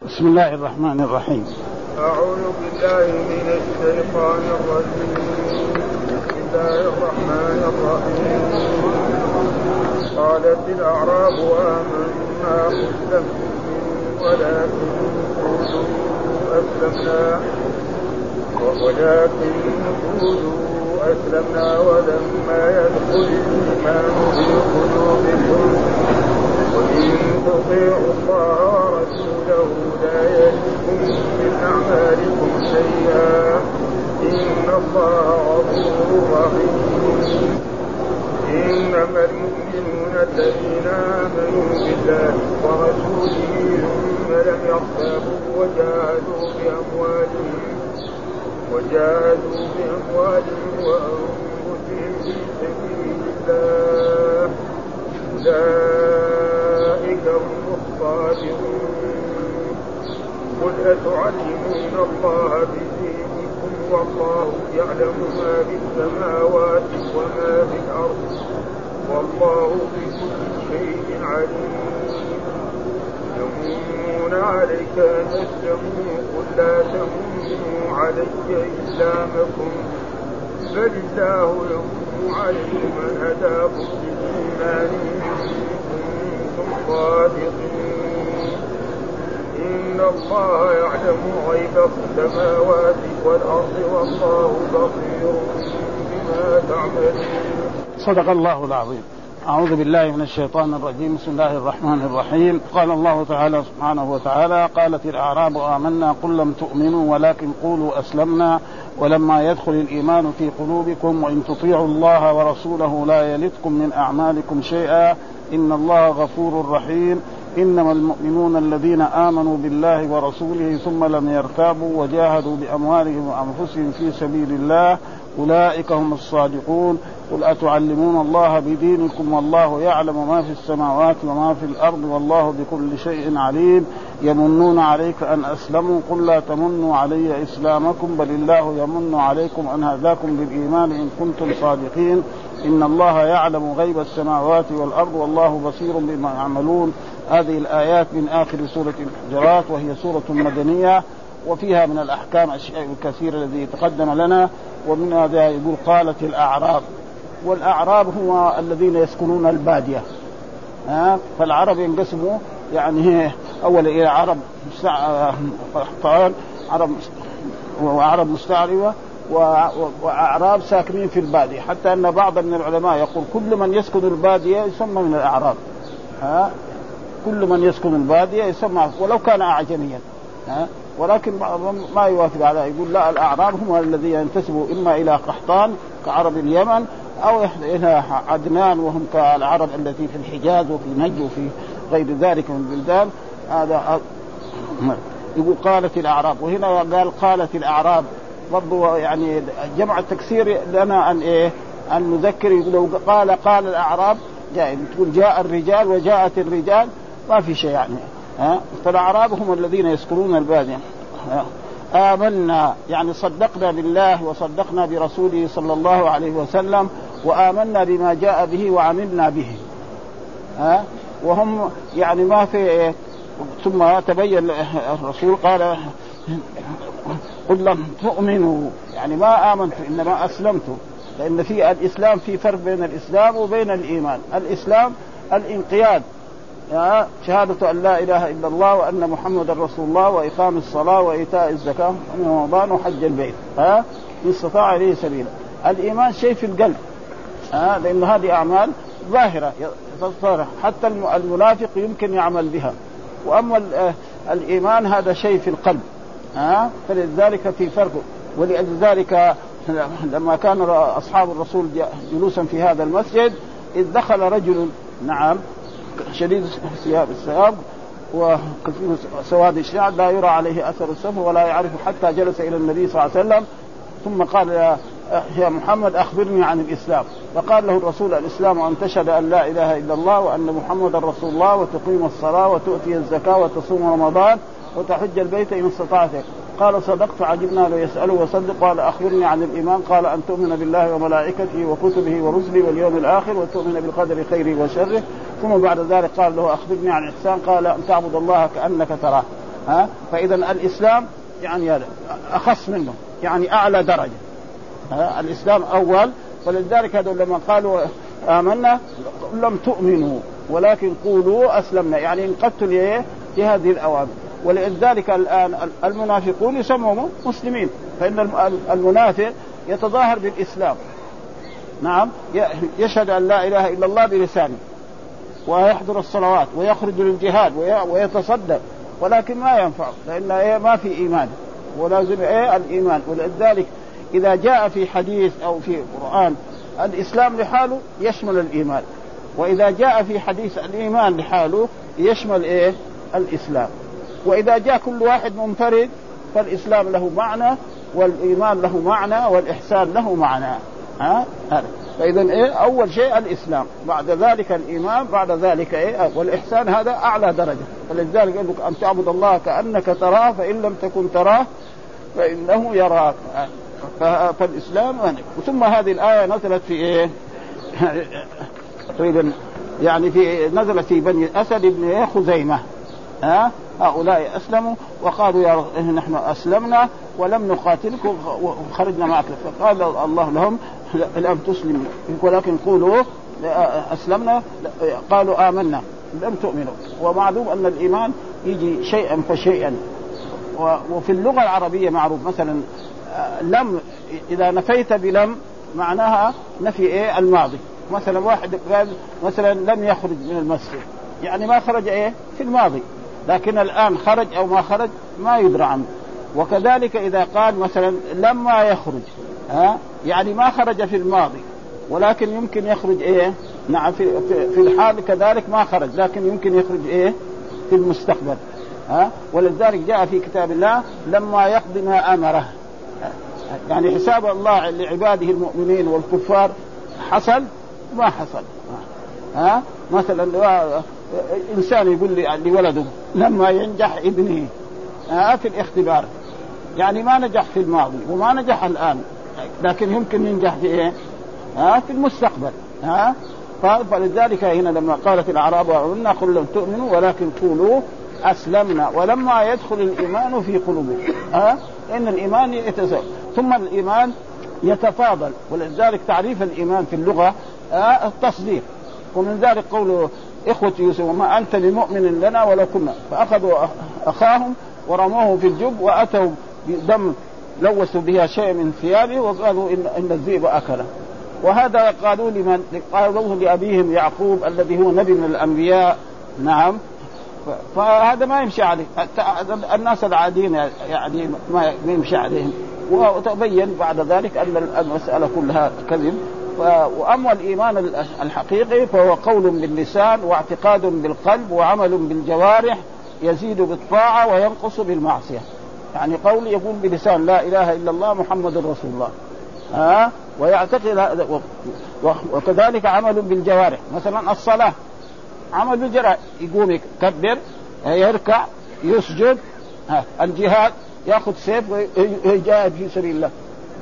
بسم الله الرحمن الرحيم. أعوذ بالله من الشيطان الرجيم. بسم الله الرحمن الرحيم. قالت الأعراب آمنا قل لم تؤمنوا ولكن قولوا أسلمنا ولما يدخل الإيمان في قلوبكم وإن تطيعوا الله ورسوله لا يلدكم من أعمالكم شيئا إن الله غفور رحيم. إنما المؤمنون الذين آمنوا بالله ورسوله ثم لم يرتابوا وجاهدوا بأموالهم وأنفسهم في سبيل الله أولئك هم الصادقون. قل أتعلمون الله بدينكم والله يعلم ما في السماوات وما في الأرض والله بكل شيء عليم. يمنون عليك أن أسلموا قل لا تمنوا علي إسلامكم بل الله يمن عليكم أن هداكم للإيمان إن كنتم صادقين. إن الله يعلم غيب السماوات والأرض والله بصير بما تعملون. صدق الله العظيم. أعوذ بالله من الشيطان الرجيم. بسم الله الرحمن الرحيم. قال الله تعالى سبحانه وتعالى قالت الأعراب آمنا قل لم تؤمنوا ولكن قولوا أسلمنا ولما يدخل الإيمان في قلوبكم وإن تطيعوا الله ورسوله لا يلدكم من أعمالكم شيئا إن الله غفور رحيم. إنما المؤمنون الذين آمنوا بالله ورسوله ثم لم يرتابوا وجاهدوا بأموالهم وأنفسهم في سبيل الله أولئك هم الصادقون. قل أتعلمون الله بدينكم والله يعلم ما في السماوات وما في الأرض والله بكل شيء عليم. يمنون عليك أن أسلموا قل لا تمنوا علي إسلامكم بل الله يمن عليكم أن هداكم بالإيمان إن كنتم صادقين. إن الله يعلم غيب السماوات والأرض والله بصير بما يعملون. هذه الآيات من آخر سورة الحجرات وهي سورة مدنية وفيها من الأحكام أشياء كثيرة الذي تقدم لنا. ومن هذا يقول قالت الأعراب، والأعراب هو الذين يسكنون البادية. فالعرب ينقسموا يعني أولا إلى عرب وعرب مستعربة وأعراب ساكنين في البادية، حتى أن بعض من العلماء يقول كل من يسكن البادية يسمى من الأعراب. كل من يسكن البادية يسمى ولو كان أعجميا. ولكن ما يوافق على يقول لا، الأعراب هم الذين ينتسبوا إما إلى قحطان كعرب اليمن أو إلى عدنان وهم كالعرب التي في الحجاز وفي نجد وفي غير ذلك من البلدان. هذا يقول قالت الأعراب، وهنا قالت الأعراب برضو يعني جمع التكسير لنا أن نذكر. يقول قال الأعراب تقول جاء الرجال وجاءت الرجال ما في شيء يعني. فالأعراب هم الذين يسكنون البادية. آمنا يعني صدقنا بالله وصدقنا برسوله صلى الله عليه وسلم وآمنا بما جاء به وعملنا به. وهم يعني ما في. ثم تبين الرسول قال قل لم تؤمنوا يعني ما آمنت إنما أسلمت، لأن في الإسلام في فرق بين الإسلام وبين الإيمان. الإسلام الانقياد، شهادة أن لا إله إلا الله وأن محمد رسول الله وإقام الصلاة وإيتاء الزكاة ومن رمضان وحج البيت إن استطاع إليه سبيلا. الإيمان شيء في القلب، لأن هذه أعمال ظاهرة حتى المنافق يمكن يعمل بها، وأما الإيمان هذا شيء في القلب. فلذلك في فرق. ولذلك لما كان أصحاب الرسول جلوسا في هذا المسجد إذ دخل رجل شديد الثياب وكثير سواد الشعر لا يرى عليه أثر السفر ولا يعرف حتى جلس إلى النبي صلى الله عليه وسلم ثم قال يا محمد أخبرني عن الإسلام. فقال له الرسول الإسلام أن تشهد أن لا إله إلا الله وأن محمد رسول الله وتقيم الصلاة وتؤتي الزكاة وتصوم رمضان وتحج البيت إن استطعت. قال صدقت عجبنا له يسأله وصدق. قال أخبرني عن الإيمان. قال أن تؤمن بالله وملائكته وكتبه ورسله واليوم الآخر وتؤمن بالقدر خيره وشره. ثم بعد ذلك قال له أخبرني عن الإحسان. قال أن تعبد الله كأنك تراه. فإذا الإسلام يعني أخص منه، يعني أعلى درجة. الإسلام أول، ولذلك هذول لما قالوا آمنا لم تؤمنوا ولكن قولوا أسلمنا، يعني انقدتوا لهذه الأوامر. ولذلك الآن المنافقون يسمون مسلمين، فإن المنافق يتظاهر بالإسلام، نعم، يشهد أن لا إله إلا الله بلسانه ويحضر الصلوات ويخرج للجهاد ويتصدق، ولكن ما ينفع لأن ما في إيمان، ولازم الإيمان. ولذلك إذا جاء في حديث أو في قرآن الإسلام لحاله يشمل الإيمان، وإذا جاء في حديث الإيمان لحاله يشمل الإسلام. وإذا جاء كل واحد منفرد فالإسلام له معنى والإيمان له معنى والإحسان له معنى. فإذا أول شيء الإسلام، بعد ذلك الإيمان، بعد ذلك والإحسان، هذا أعلى درجة. فلذلك يقول لك أن تعبد الله كأنك تراه فإن لم تكن تراه فإنه يراك. فالإسلام. ثم هذه الآية نزلت في يعني نزلت في بني أسد بن خزيمة. هؤلاء أسلموا وقالوا يا نحن أسلمنا ولم نقاتلكم وخرجنا معك، فقال الله لهم لم تسلموا ولكن قولوا أسلمنا، قالوا آمنا لم تؤمنوا. ومعلوم أن الإيمان يجي شيئا فشيئا. وفي اللغة العربية معروف مثلا لم إذا نفيت بلم معناها نفي الماضي. مثلا واحد قال مثلا لم يخرج من المسجد، يعني ما خرج في الماضي، لكن الآن خرج أو ما خرج ما يدرى عنه. وكذلك إذا قال مثلا لما يخرج، يعني ما خرج في الماضي ولكن يمكن يخرج نعم في الحال كذلك ما خرج، لكن يمكن يخرج في المستقبل. ولذلك جاء في كتاب الله لما يقضي ما أمره، يعني حساب الله لعباده المؤمنين والكفار حصل ما حصل. مثلا إنسان يقول لولده لما ينجح ابنه في الاختبار، يعني ما نجح في الماضي وما نجح الآن، لكن يمكن ينجح في في المستقبل. فلذلك هنا لما قالت الأعراب آمنا قل لم تؤمنوا ولكن قولوا أسلمنا ولما يدخل الإيمان في قلوبكم. إن الإيمان يتزوج ثم الإيمان يتفاضل. ولذلك تعريف الإيمان في اللغة التصديق. ومن ذلك قوله إخوة يوسف وما أنت بمؤمن لنا ولو كنا، فأخذوا أخاهم ورموه في الجب وأتوا بدم لوثوا بها شيء من ثيابه وقالوا إن الذئب أكله. وهذا قالوا لمن؟ قالوه لأبيهم يعقوب الذي هو نبي من الأنبياء. نعم. فهذا ما يمشي عليه الناس العاديين، يعني ما يمشي عليهم. وتبين بعد ذلك أن المسألة كلها كذب. وأما الإيمان الحقيقي فهو قول باللسان واعتقاد بالقلب وعمل بالجوارح، يزيد بالطاعة وينقص بالمعصية. يعني قول يقول بلسان لا إله إلا الله محمد رسول الله، ويعتقد. وكذلك عمل بالجوارح، مثلا الصلاة عمل بالجوارح، يقوم يكبر يركع يسجد. الجهاد يأخذ سيف ويجاهد في سبيل الله.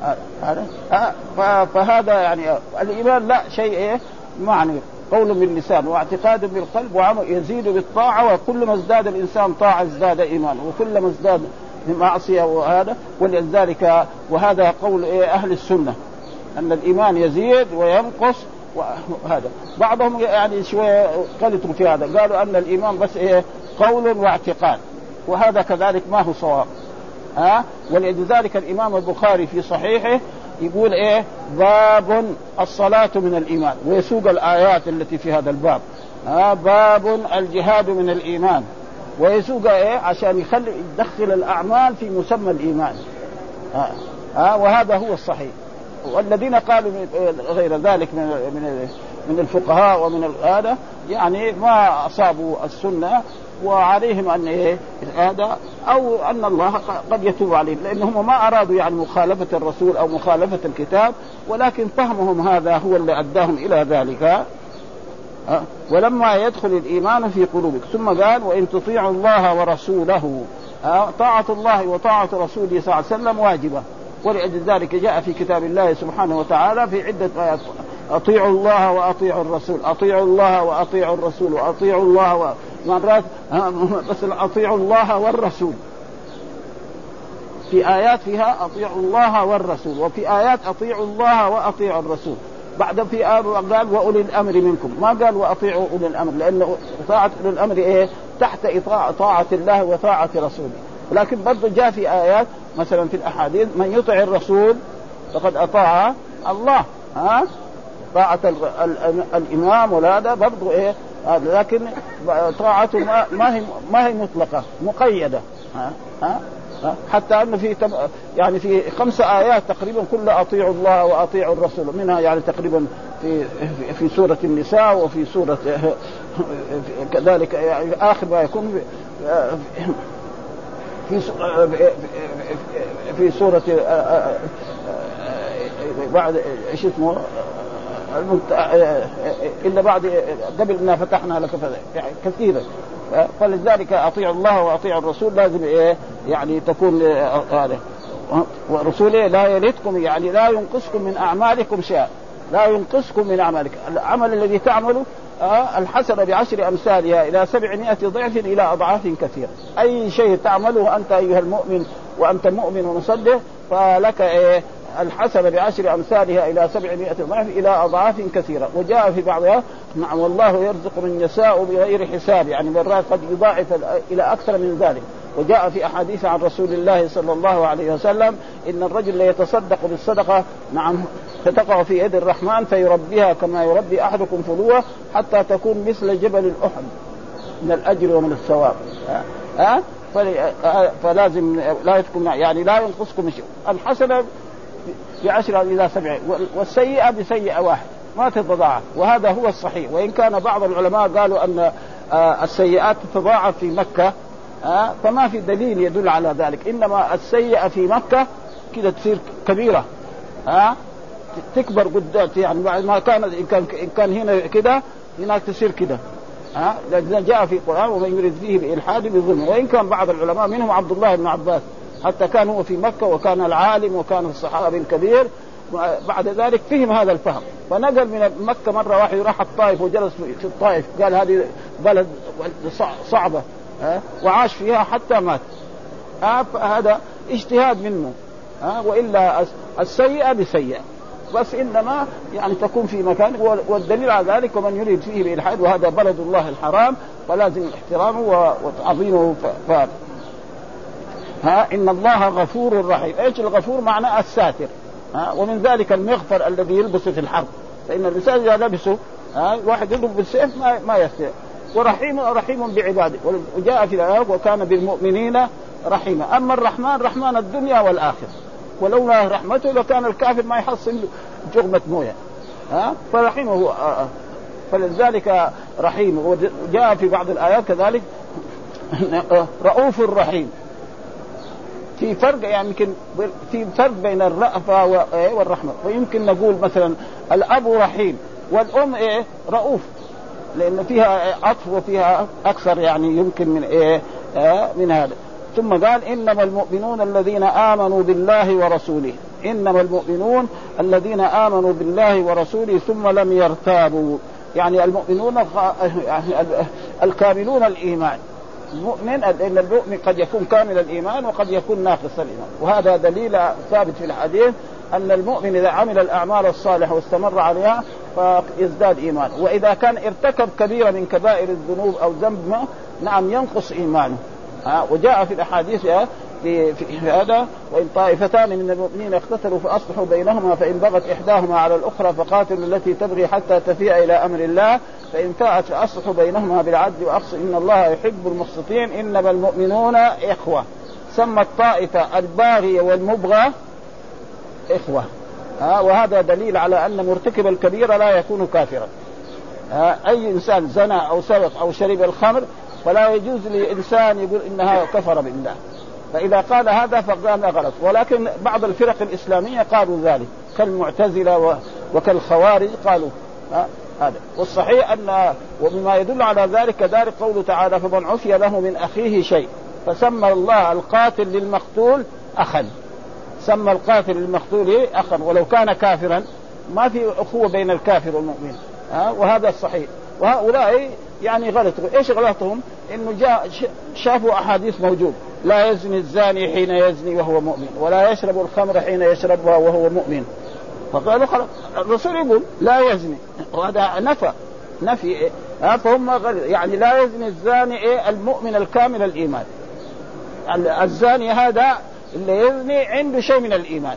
فهذا يعني الإيمان لا شيء معني قول باللسان واعتقاد بالقلب وعمل يزيد بالطاعة، وكل ما ازداد الإنسان طاعة ازداد إيمان، وكل ما ازداد معصية. وهذا ولذلك وهذا قول أهل السنة أن الإيمان يزيد وينقص. وهذا بعضهم يعني شوية قلتوا في هذا، قالوا أن الإيمان بس قول واعتقاد، وهذا كذلك ما هو صواب. ولذلك الإمام البخاري في صحيحه يقول باب الصلاة من الإيمان، ويسوق الآيات التي في هذا الباب. باب الجهاد من الإيمان، ويسوق عشان يدخل الأعمال في مسمى الإيمان. وهذا هو الصحيح. والذين قالوا غير ذلك من الفقهاء ومن هذا يعني ما أصابوا السنة، وعليهم أن هذا أو أن الله قد يتوب عليهم، لأنهم ما أرادوا يعني مخالفة الرسول أو مخالفة الكتاب، ولكن فهمهم هذا هو اللي أداهم إلى ذلك. ولما يدخل الإيمان في قلوبك. ثم قال وإن تطيعوا الله ورسوله، طاعة الله وطاعة رسوله صلى الله عليه وسلم واجبة. ولأجل ذلك جاء في كتاب الله سبحانه وتعالى في عدة آيات أطيعوا الله وأطيعوا الرسول، أطيعوا الله وأطيعوا الرسول، وأطيعوا الله مرات بس أطيعوا الله والرسول، في آيات فيها أطيعوا الله والرسول، وفي آيات أطيعوا الله وأطيعوا الرسول. بعد في قال وأولي الأمر منكم، ما قال وأطيعوا أولي الأمر، لأن طاعة أولي الأمر إيه تحت طاعة الله وطاعة رسوله. لكن برضو جاء في آيات مثلا في الأحاديث من يطع الرسول فقد أطاع الله، طاعة الإمام ولا هذا برضو إيه، لكن طاعته ما هي مطلقة، مقيدة. حتى أنه في يعني في 5 آيات تقريبا كلها أطيعوا الله وأطيعوا الرسول، منها يعني تقريبا في سورة النساء، وفي سورة كذلك يعني آخر ما يكون في سورة بعد ايش اسمه إلا بعد قبل ما فتحنا لك يعني كثيرا. فلذلك أطيعوا الله وأطيعوا الرسول، لازم إيه يعني تكون هذا ورسوله لا يلدكم، يعني لا ينقصكم من أعمالكم شيئا، لا ينقصكم من أعمالك. العمل الذي تعمله الحسنة ب10 أمثالها إلى 700 ضعف إلى أضعاف كثيرة. أي شيء تعمله أنت أيها المؤمن وأنت مؤمن ومصدق فلك إيه الحسنة ب10 أمثالها إلى 700 ضعف إلى أضعاف كثيرة. وجاء في بعضها نعم والله يرزق من يشاء بغير حساب، يعني مرات قد يضاعف إلى أكثر من ذلك. وجاء في أحاديث عن رسول الله صلى الله عليه وسلم إن الرجل ليتصدق بالصدقة نعم فتقع في يد الرحمن فيربيها كما يربي أحدكم فلوة حتى تكون مثل جبل الأحد من الأجر ومن الثواب. فلازم لا يتكون يعني لا ينقصكم شيء. الحسنة ب10 إلى 7 والسيئة بسيئة واحد ما تتضاعف، وهذا هو الصحيح. وإن كان بعض العلماء قالوا أن السيئات تتضاعف في مكة، فما في دليل يدل على ذلك. إنما السيئة في مكة كده تصير كبيرة، تكبر قدام، يعني بعد ما كان إن كان هنا كده هناك تصير كده. لأن جاء في القرآن ومن يريد فيه بإلحاد بظلم. وإن كان بعض العلماء منهم عبد الله بن عباس حتى كان هو في مكة وكان العالم وكان الصحابي الكبير، بعد ذلك فهم هذا الفهم فنقل من مكة مرة واحد راح الطائف وجلس في الطائف، قال هذه بلد صعبة وعاش فيها حتى مات. هذا اجتهاد منه، وإلا السيئة بسيئة، بس إنما يعني تكون في مكان. والدليل على ذلك ومن يريد فيه بإلحاد، وهذا بلد الله الحرام فلازم احترامه وتعظيمه. إن الله غفور رحيم. إيش الغفور؟ معناه الساتر. ومن ذلك المغفر الذي يلبس في الحرب، فإن الإنسان إذا لبسه واحد يضرب بالسيف ما يستطيع. ورحيم بعباده، وجاء في الآيات وكان بالمؤمنين رحيما. أما الرحمن رحمن الدنيا والآخرة، ولولا رحمته لكان الكافر ما يحصل جغمة مويه. فرحيمه فلذلك رحيم. وجاء في بعض الآيات كذلك رؤوف رحيم. في فرق يعني يمكن في فرق بين الرأفة والرحمة. ويمكن نقول مثلا الأب رحيم والأم رؤوف، لأن فيها عطف وفيها أكثر يعني يمكن من هذا. ثم قال إنما المؤمنون الذين آمنوا بالله ورسوله، إنما المؤمنون الذين آمنوا بالله ورسوله ثم لم يرتابوا، يعني المؤمنون الكاملون الإيمان. المؤمن لأن المؤمن قد يكون كامل الإيمان وقد يكون ناقص الإيمان، وهذا دليل ثابت في الحديث أن المؤمن إذا عمل الأعمال الصالحة واستمر عليها فيزداد إيمان، وإذا كان ارتكب كبيرة من كبائر الذنوب أو ذنب نعم ينقص إيمانه. وجاء في الأحاديث في هذا وإن طائفتان من المؤمنين اقتتلوا فأصلحوا بينهما فإن بغت إحداهما على الأخرى فقاتلوا التي تبغي حتى تفيء إلى أمر الله فإن فاءت فأصلحوا بينهما بالعدل وأقسطوا إن الله يحب المقسطين. إنما المؤمنون إخوة. سمى الطائفة الباغية والمبغى إخوة. وهذا دليل على أن مرتكب الكبيرة لا يكون كافرا. أي إنسان زنى أو سرق أو شرب الخمر فلا يجوز لإنسان يقول إنها كفر بالله، فإذا قال هذا فقال غلط. ولكن بعض الفرق الإسلامية قالوا ذلك كالمعتزلة وكالخوارج قالوا هذا. والصحيح أن وبما يدل على ذلك كذلك قوله تعالى فمن عفي له من أخيه شيء فسمى الله القاتل للمقتول أخا. سمى القاتل للمقتول أخا ولو كان كافرا، ما في أخوة بين الكافر والمؤمن. وهذا الصحيح. وهؤلاء يعني غلطوا. إيش غلطهم؟ إنه جاء شافوا أحاديث موجود لا يزني الزاني حين يزني وهو مؤمن ولا يشرب الخمر حين يشربها وهو مؤمن. فقالوا خلاص الرسول يقول لا يزني، وهذا نفي فهم يعني لا يزني الزاني المؤمن الكامل الإيمان. الزاني هذا اللي يزني عنده شيء من الإيمان،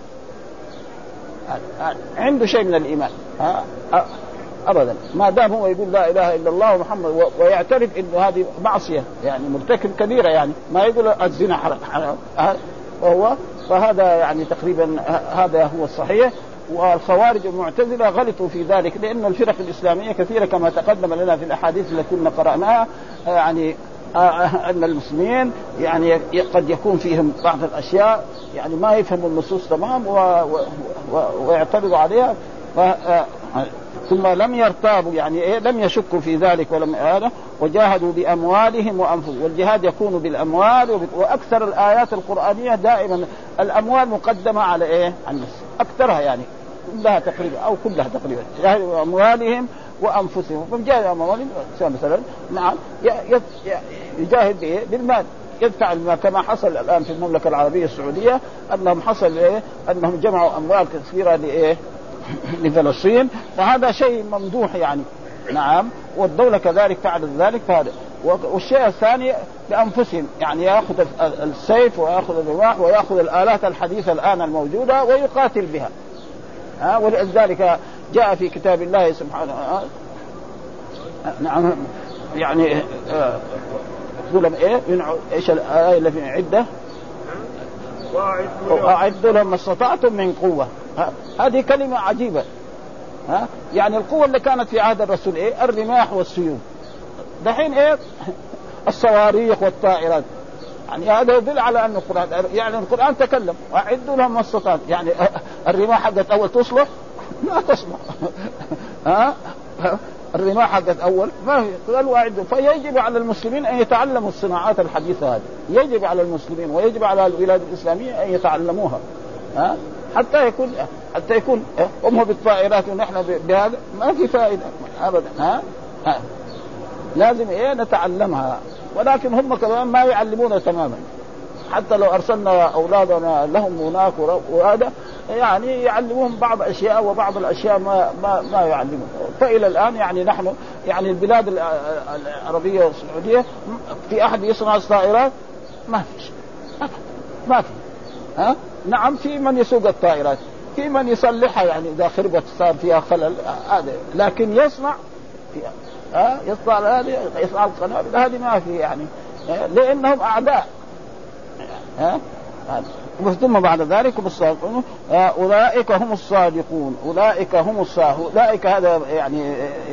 عنده شيء من الإيمان أبدا، ما دام هو يقول لا إله إلا الله ومحمد ويعترف إنه هذه معصية يعني مرتكب كبيرة، يعني ما يقول الزنا حرام فهذا يعني تقريبا هذا هو الصحيح. والخوارج والمعتزلة غلطوا في ذلك، لأن الفرق الإسلامية كثيرة كما تقدم لنا في الأحاديث التي كنا قرأناها، يعني أن المسلمين يعني قد يكون فيهم بعض الأشياء يعني ما يفهموا النصوص تمام ويعترضوا عليها، ثم لم يرتابوا يعني لم يشكوا في ذلك ولم وجاهدوا بأموالهم وأنفسهم. والجهاد يكون بالأموال، وأكثر الآيات القرآنية دائما الأموال مقدمة على على النفس، أكثرها يعني كلها تقريبا أو كلها تقريبا جاهدوا بأموالهم وأنفسهم. فجاهد أموالهم مثلا نعم يجاهد بالمال، يدفع المال كما حصل الآن في المملكة العربية السعودية أنهم حصل أنهم جمعوا أموال كثيرة لفلسطين، فهذا شيء ممدوح يعني نعم، والدولة كذلك فعلت ذلك. فهذا والشيء الثاني بأنفسهم، يعني يأخذ السيف ويأخذ الرماح ويأخذ الآلات الحديثة الآن الموجودة ويقاتل بها ولذلك جاء في كتاب الله سبحانه نعم يعني ظلم ايش الآية اللي في عدة وأعدوا لهم ما استطعتم من قوة. هذه كلمة عجيبة يعني القوة اللي كانت في عهد الرسول الرماح والسيوف، دحين الصواريخ والطائرات. يعني هذا يدل على أن القرآن يعني القرآن تكلم أعدوا لهم ما استطعتم، يعني الرماح حقت أول تصلح ما تصلح الرماح حقت أول ما قالوا أعدوا. فيجب على المسلمين أن يتعلموا الصناعات الحديثة هذه، يجب على المسلمين ويجب على البلاد الإسلامية أن يتعلموها حتى يكون هم بالطائرات ونحن بهذا ما في فائدة أبدا لازم نتعلمها. ولكن هم كمان ما يعلمونا تماما، حتى لو أرسلنا أولادنا لهم هناك وهذا يعني يعلموهم بعض الأشياء وبعض الأشياء ما يعلمون. فإلى الآن يعني نحن يعني البلاد العربية والسعودية في أحد يصنع الطائرات ما فيش ما في نعم في من يسوق الطائرات، في من يصلحها يعني إذا خربت صار فيها خلل هذا، لكن يصنع فيها يصنع هذه يصنع القنابل هذه ما في يعني لأنهم أعداء ثم بعد ذلك الصادقون أولئك هم الصادقون أولئك هم الصادقون. أولئك هذا يعني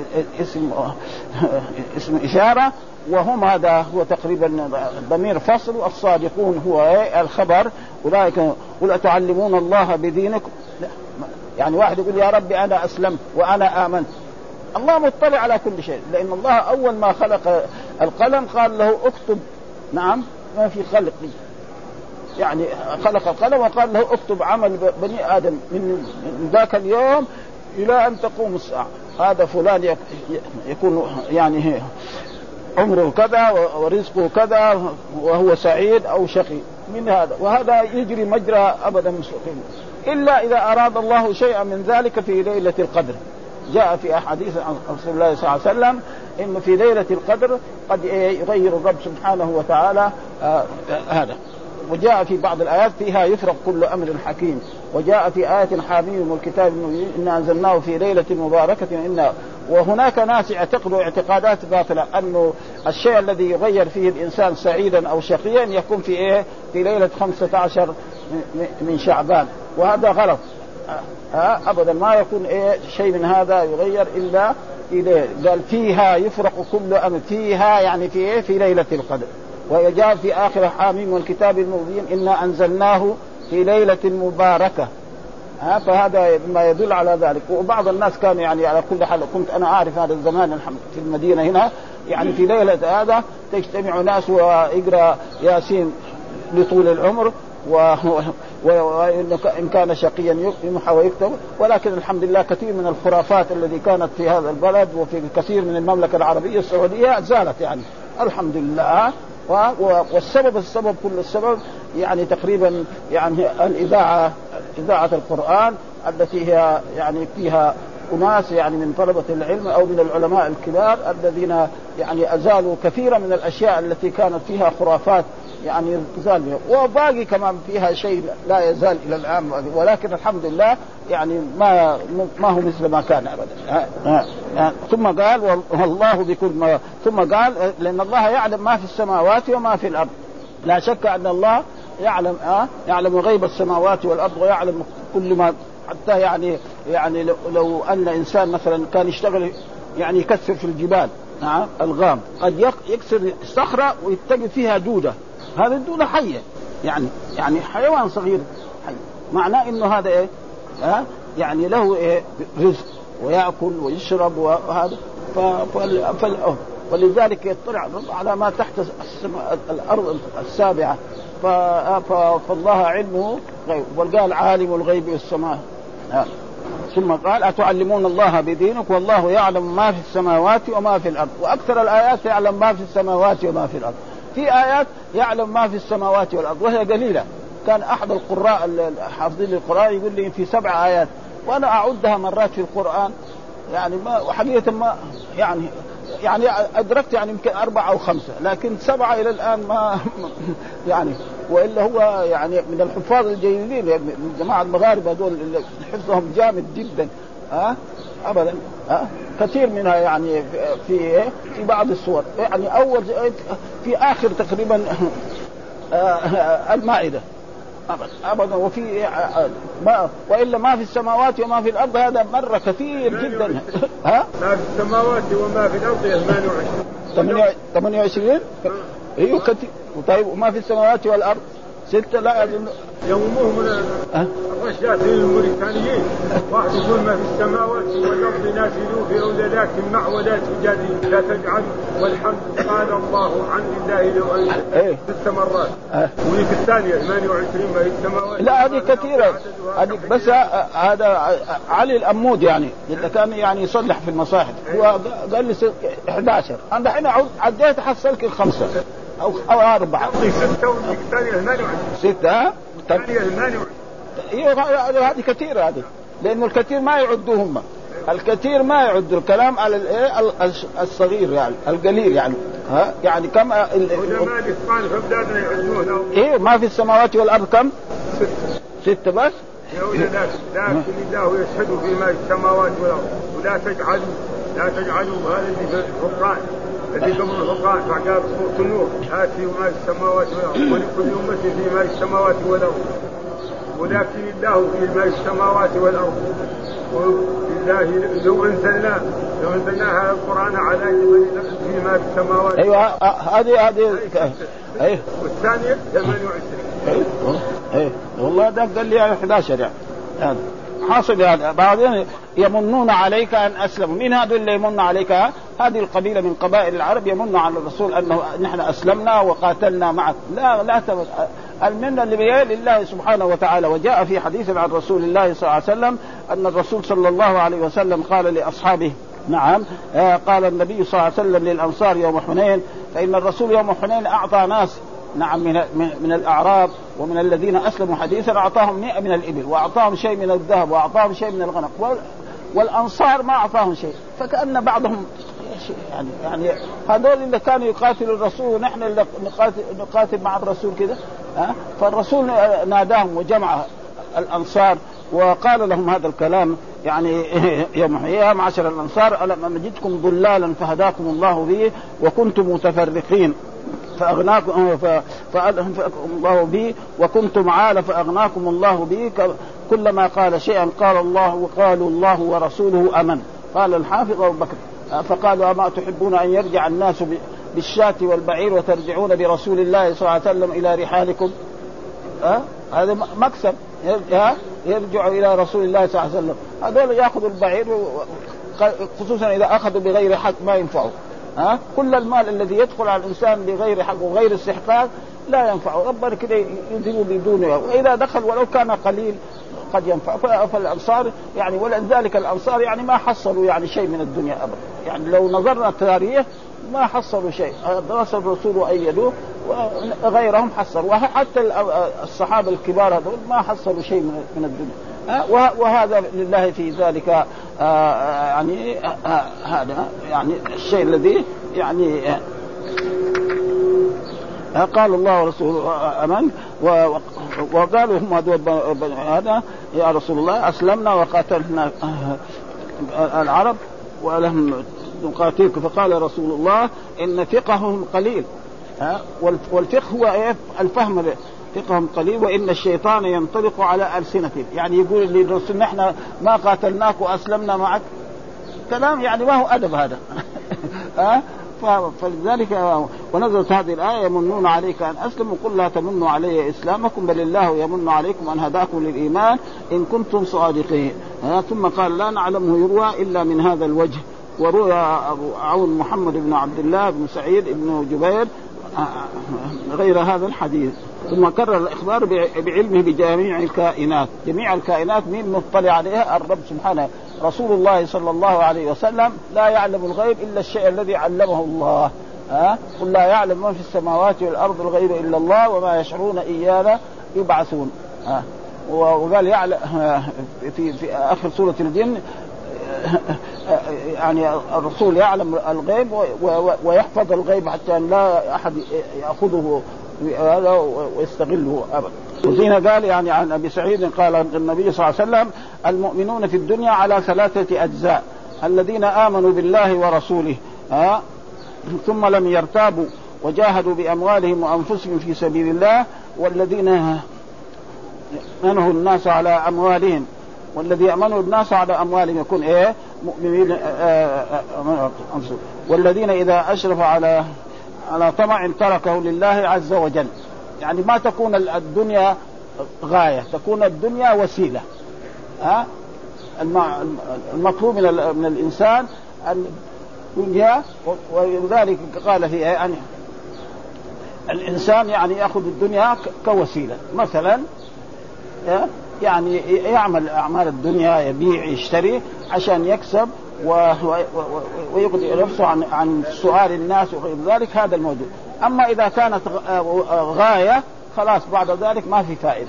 اسم إشارة، وهم هذا هو تقريبا ضمير فصل، والصادقون هو الخبر. أولئك قل تعلمون الله بدينكم، يعني واحد يقول يا ربي أنا أسلمت وأنا آمنت، الله مطلع على كل شيء، لأن الله أول ما خلق القلم قال له اكتب نعم ما في خلق، يعني خلق القلم وقال له اكتب عمل بني آدم من ذاك اليوم إلى أن تقوم الساعة، هذا فلان يكون يعني عمره كذا ورزقه كذا وهو سعيد أو شقي من هذا، وهذا يجري مجرى أبدا مستقيم إلا إذا أراد الله شيئا من ذلك في ليلة القدر. جاء في أحاديث عن رسول الله صلى الله عليه وسلم إنه في ليلة القدر قد يغير الرب سبحانه وتعالى هذا. وجاء في بعض الآيات فيها يفرق كل أمر حكيم. وجاء في آية حاميم والكتاب المبين إنا أنزلناه في ليلة مباركة إنا. وهناك ناس يعتقدوا اعتقادات باطلة أنه الشيء الذي يغير فيه الإنسان سعيدا أو شقيا يكون في في ليلة 15 من شعبان، وهذا غلط أبدا، ما يكون شيء من هذا يغير إلا في قال فيها يفرق كل أمر، فيها يعني في ليلة القدر. وجاء في آخر حاميم والكتاب المبين إنا أنزلناه في ليلة مباركة فهذا ما يدل على ذلك. وبعض الناس كانوا يعني على كل حال، كنت أنا أعرف هذا الزمان في المدينة هنا يعني في ليلة هذا تجتمع ناس ويقرأ ياسين لطول العمر وإن كان شقيا يمحى ويكتب. ولكن الحمد لله كثير من الخرافات التي كانت في هذا البلد وفي كثير من المملكة العربية السعودية زالت يعني الحمد لله. والسبب كل السبب يعني تقريبا يعني إذاعة القرآن التي هي يعني فيها أناس يعني من طلبة العلم أو من العلماء الكبار الذين يعني أزالوا كثيرا من الأشياء التي كانت فيها خرافات يعني زال بها، وباقي كمان فيها شيء لا يزال إلى الآن، ولكن الحمد لله يعني ما هو مثل ما كان أبدا. ثم قال والله بكل ما، ثم قال لأن الله يعلم ما في السماوات وما في الأرض. لا شك أن الله يعلم غيب السماوات والأرض ويعلم كل ما، حتى يعني لو أن إنسان مثلا كان يشتغل يعني يكسر في الجبال الغام، قد يكسر صخرة ويتجد فيها دودة، هذه الدودة حية يعني حيوان صغير حي، معناه إنه هذا إيه يعني له إيه رزق ويأكل ويشرب وهذا. فلذلك يطلع على ما تحت الأرض السابعة، فالله علمه غيب، وقال عالم الغيب والسماء. ثم قال أتعلمون الله بدينك والله يعلم ما في السماوات وما في الأرض. وأكثر الآيات يعلم ما في السماوات وما في الأرض، في آيات يعلم ما في السماوات والأرض وهي قليلة. كان أحد القراء الحافظين للقرآن يقول لي في 7 آيات، وأنا أعدها مرات في القرآن يعني ما حقيقة ما يعني أدركت يعني يمكن 4 أو 5، لكن 7 إلى الآن ما يعني. وإلا هو يعني من الحفاظ الجيدين من جماعة المغاربة دول حفظهم جامد جدا أبدا كثير منها يعني في بعض السور، يعني أول في آخر تقريبا المائدة أبدا وفي وإلا ما في السماوات وما في الأرض هذا مرة كثير جدا. ما في السماوات وما في الأرض 28 ايوه كثير. طيب وما في السماوات والأرض 6 لا أظن يومهم الرشدات الموريتانيين، واحد يقول ما في السماوات والأرض نازلوا في أولادات معولات جديد لا تجعل والحمد قال الله عن الله لو أنت 6 مرات. وفي الثانية 28 ما في السماوات. لا هذه كثيرة هذه، بس هذا علي الأمود يعني اللي كان يعني يصلح في المصاحف هو قال لي 11. أنا الحين عديت حصلك 5 أو 4. 6 والثانية 28. 6 والثانية 28. إيه هذه كثيرة هذه، لأنه الكثير ما يعدوهم، الكثير ما يعد الكلام على الصغير يعني القليل يعني كم إيه ما في السماوات والأرض كم 6 بس. لكن الله يشهد فيما في السماوات والأرض ولا تجعلوا هذا اللي في الفرقان الذي قبل الفرقان فقال سورة النور آتي وما في السماوات والأرض ولكل أمة فيما في السماوات والأرض ولكن الله فيما في السماوات والأرض. والله لو أنزلنا هذا القرآن على جبل فيما في السماوات. أيوة هذه أيوة. والثانية 28. أيوة والله ده قال لي 11 يعني حاصل هذا. بعضهم يمنون عليك أن أسلموا. مين هذول اللي يمنون عليك؟ هذه القبيلة من قبائل العرب يمنوا على الرسول أنه نحن أسلمنا وقاتلنا معك. لا المنة اللي بيد لله سبحانه وتعالى. وجاء في حديث عن رسول الله صلى الله عليه وسلم أن الرسول صلى الله عليه وسلم قال لأصحابه قال النبي صلى الله عليه وسلم للأنصار يوم حنين، فإن الرسول يوم حنين أعطى ناس من الأعراب ومن الذين أسلموا حديثا أعطاهم 100 من الإبل وأعطاهم شيء من الذهب وأعطاهم شيء من الغنم، والأنصار ما أعطاهم شيء. فكأن بعضهم يعني هذول اللي كانوا يقاتلوا الرسول ونحن اللي نقاتل مع الرسول كده. فالرسول ناداهم وجمع الأنصار وقال لهم هذا الكلام يعني يا معشر الأنصار ألم أجدكم ضلالا فهداكم الله به وكنتم متفرقين فأغناكم الله به وكنتم عالة فأغناكم الله به. كلما قال شيئا قال الله وقالوا الله ورسوله أمن. قال الحافظ أبو بكر فقالوا أما تحبون أن يرجع الناس بالشاة والبعير وترجعون برسول الله صلى الله عليه وسلم إلى رحالكم؟ هذا مكسب يرجع إلى رسول الله صلى الله عليه وسلم. هذول يأخذوا البعير خصوصا إذا أخذوا بغير حق ما ينفعوا. كل المال الذي يدخل على الإنسان بغير حق وغير استحقاق لا ينفع، ربنا كده يذهب بدونه، وإذا دخل ولو كان قليل قد ينفع. فالأنصار يعني ولذلك الأنصار يعني ما حصلوا يعني شيء من الدنيا أبدا. يعني لو نظرنا التاريخ ما حصلوا شيء، درس الرسول وأيدوه وغيرهم حصلوا، وحتى الصحابة الكبار هذول ما حصلوا شيء من الدنيا. وهذا لله في ذلك يعني هذا يعني الشيء الذي يعني قال الله ورسوله أمن. وقالوا هم هذا يا رسول الله أسلمنا وقاتلنا العرب ولم نقاتلك، فقال رسول الله إن فقههم قليل، والفقه هو الفهم، فقههم قليل وإن الشيطان ينطلق على ألسنتهم. يعني يقول للرسول نحن ما قاتلناك وأسلمنا معك، كلام يعني ما هو أدب هذا. فلذلك ونزلت هذه الآية يمنون عليك أن أسلموا قل لا تمنوا علي إسلامكم بل الله يمن عليكم أن هداكم للإيمان إن كنتم صادقين. ثم قال لا نعلمه يروى إلا من هذا الوجه. وروى أبو عون محمد بن عبد الله بن سعيد بن جبير غير هذا الحديث. ثم كرر الإخبار بعلمه بجميع الكائنات. جميع الكائنات مين مطلع عليها؟ الرب سبحانه. رسول الله صلى الله عليه وسلم لا يعلم الغيب إلا الشيء الذي علمه الله. قل لا يعلم من في السماوات والأرض الغيب إلا الله وما يشعرون إيانا يبعثون. وقال يعلم في آخر سورة الجن يعني الرسول يعلم الغيب ويحفظ الغيب حتى لا أحد يأخذه ويستغله أبدا. وزين قال يعني عن أبي سعيد قال النبي صلى الله عليه وسلم المؤمنون في الدنيا على 3 أجزاء: الذين آمنوا بالله ورسوله ثم لم يرتابوا وجاهدوا بأموالهم وأنفسهم في سبيل الله، والذين منهوا الناس على أموالهم، والذي أمنوا الناس على أموالهم يكون مؤمنين، والذين إذا أشرف على طمع تركه لله عز وجل. يعني ما تكون الدنيا غاية، تكون الدنيا وسيلة. المطلوب من الإنسان الدنيا، ولذلك قال فيها يعني الإنسان يعني يأخذ الدنيا كوسيلة. مثلا يعني يعمل أعمال الدنيا، يبيع يشتري عشان يكسب ويقضي نفسه عن سؤال الناس وغير ذلك، هذا الموجود. أما إذا كانت غاية خلاص بعد ذلك ما في فائدة.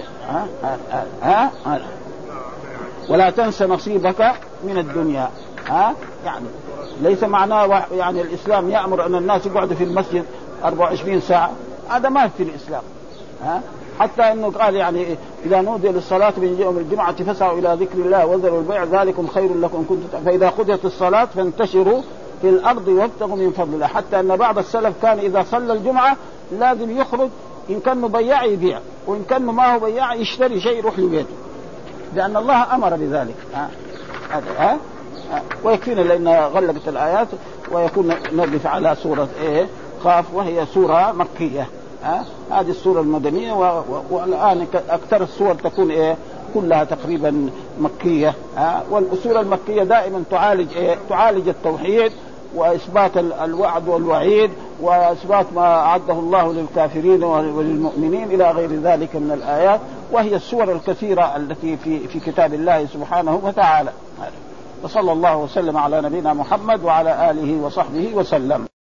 ولا تنسى نصيبك من الدنيا. يعني ليس معناه يعني الإسلام يأمر أن الناس يقعدوا في المسجد 24 ساعة، هذا ما في الإسلام. حتى إنه قال يعني إذا نودي للصلاة من يوم الجمعة فاسعوا إلى ذكر الله وذروا البيع ذلكم خير لكم كنتم، فإذا قضيت الصلاة فانتشروا في الأرض وابتغوا من فضل الله. حتى أن بعض السلف كان إذا صلى الجمعة لازم يخرج، إن كان بياع يبيع، وإن كان ما هو بياع يشتري شيء يروح لبيته، لأن الله أمر بذلك. ويكفينا لأن غلقت الآيات. ويكون نقف على سورة قاف وهي سورة مكية. هذه السورة المدنية، والآن أكثر السور تكون كلها تقريبا مكية. والسورة المكية دائما تعالج التوحيد وإثبات الوعد والوعيد وإثبات ما أعده الله للكافرين وللمؤمنين إلى غير ذلك من الآيات. وهي السور الكثيرة التي في كتاب الله سبحانه وتعالى. وصلى الله وسلم على نبينا محمد وعلى آله وصحبه وسلم.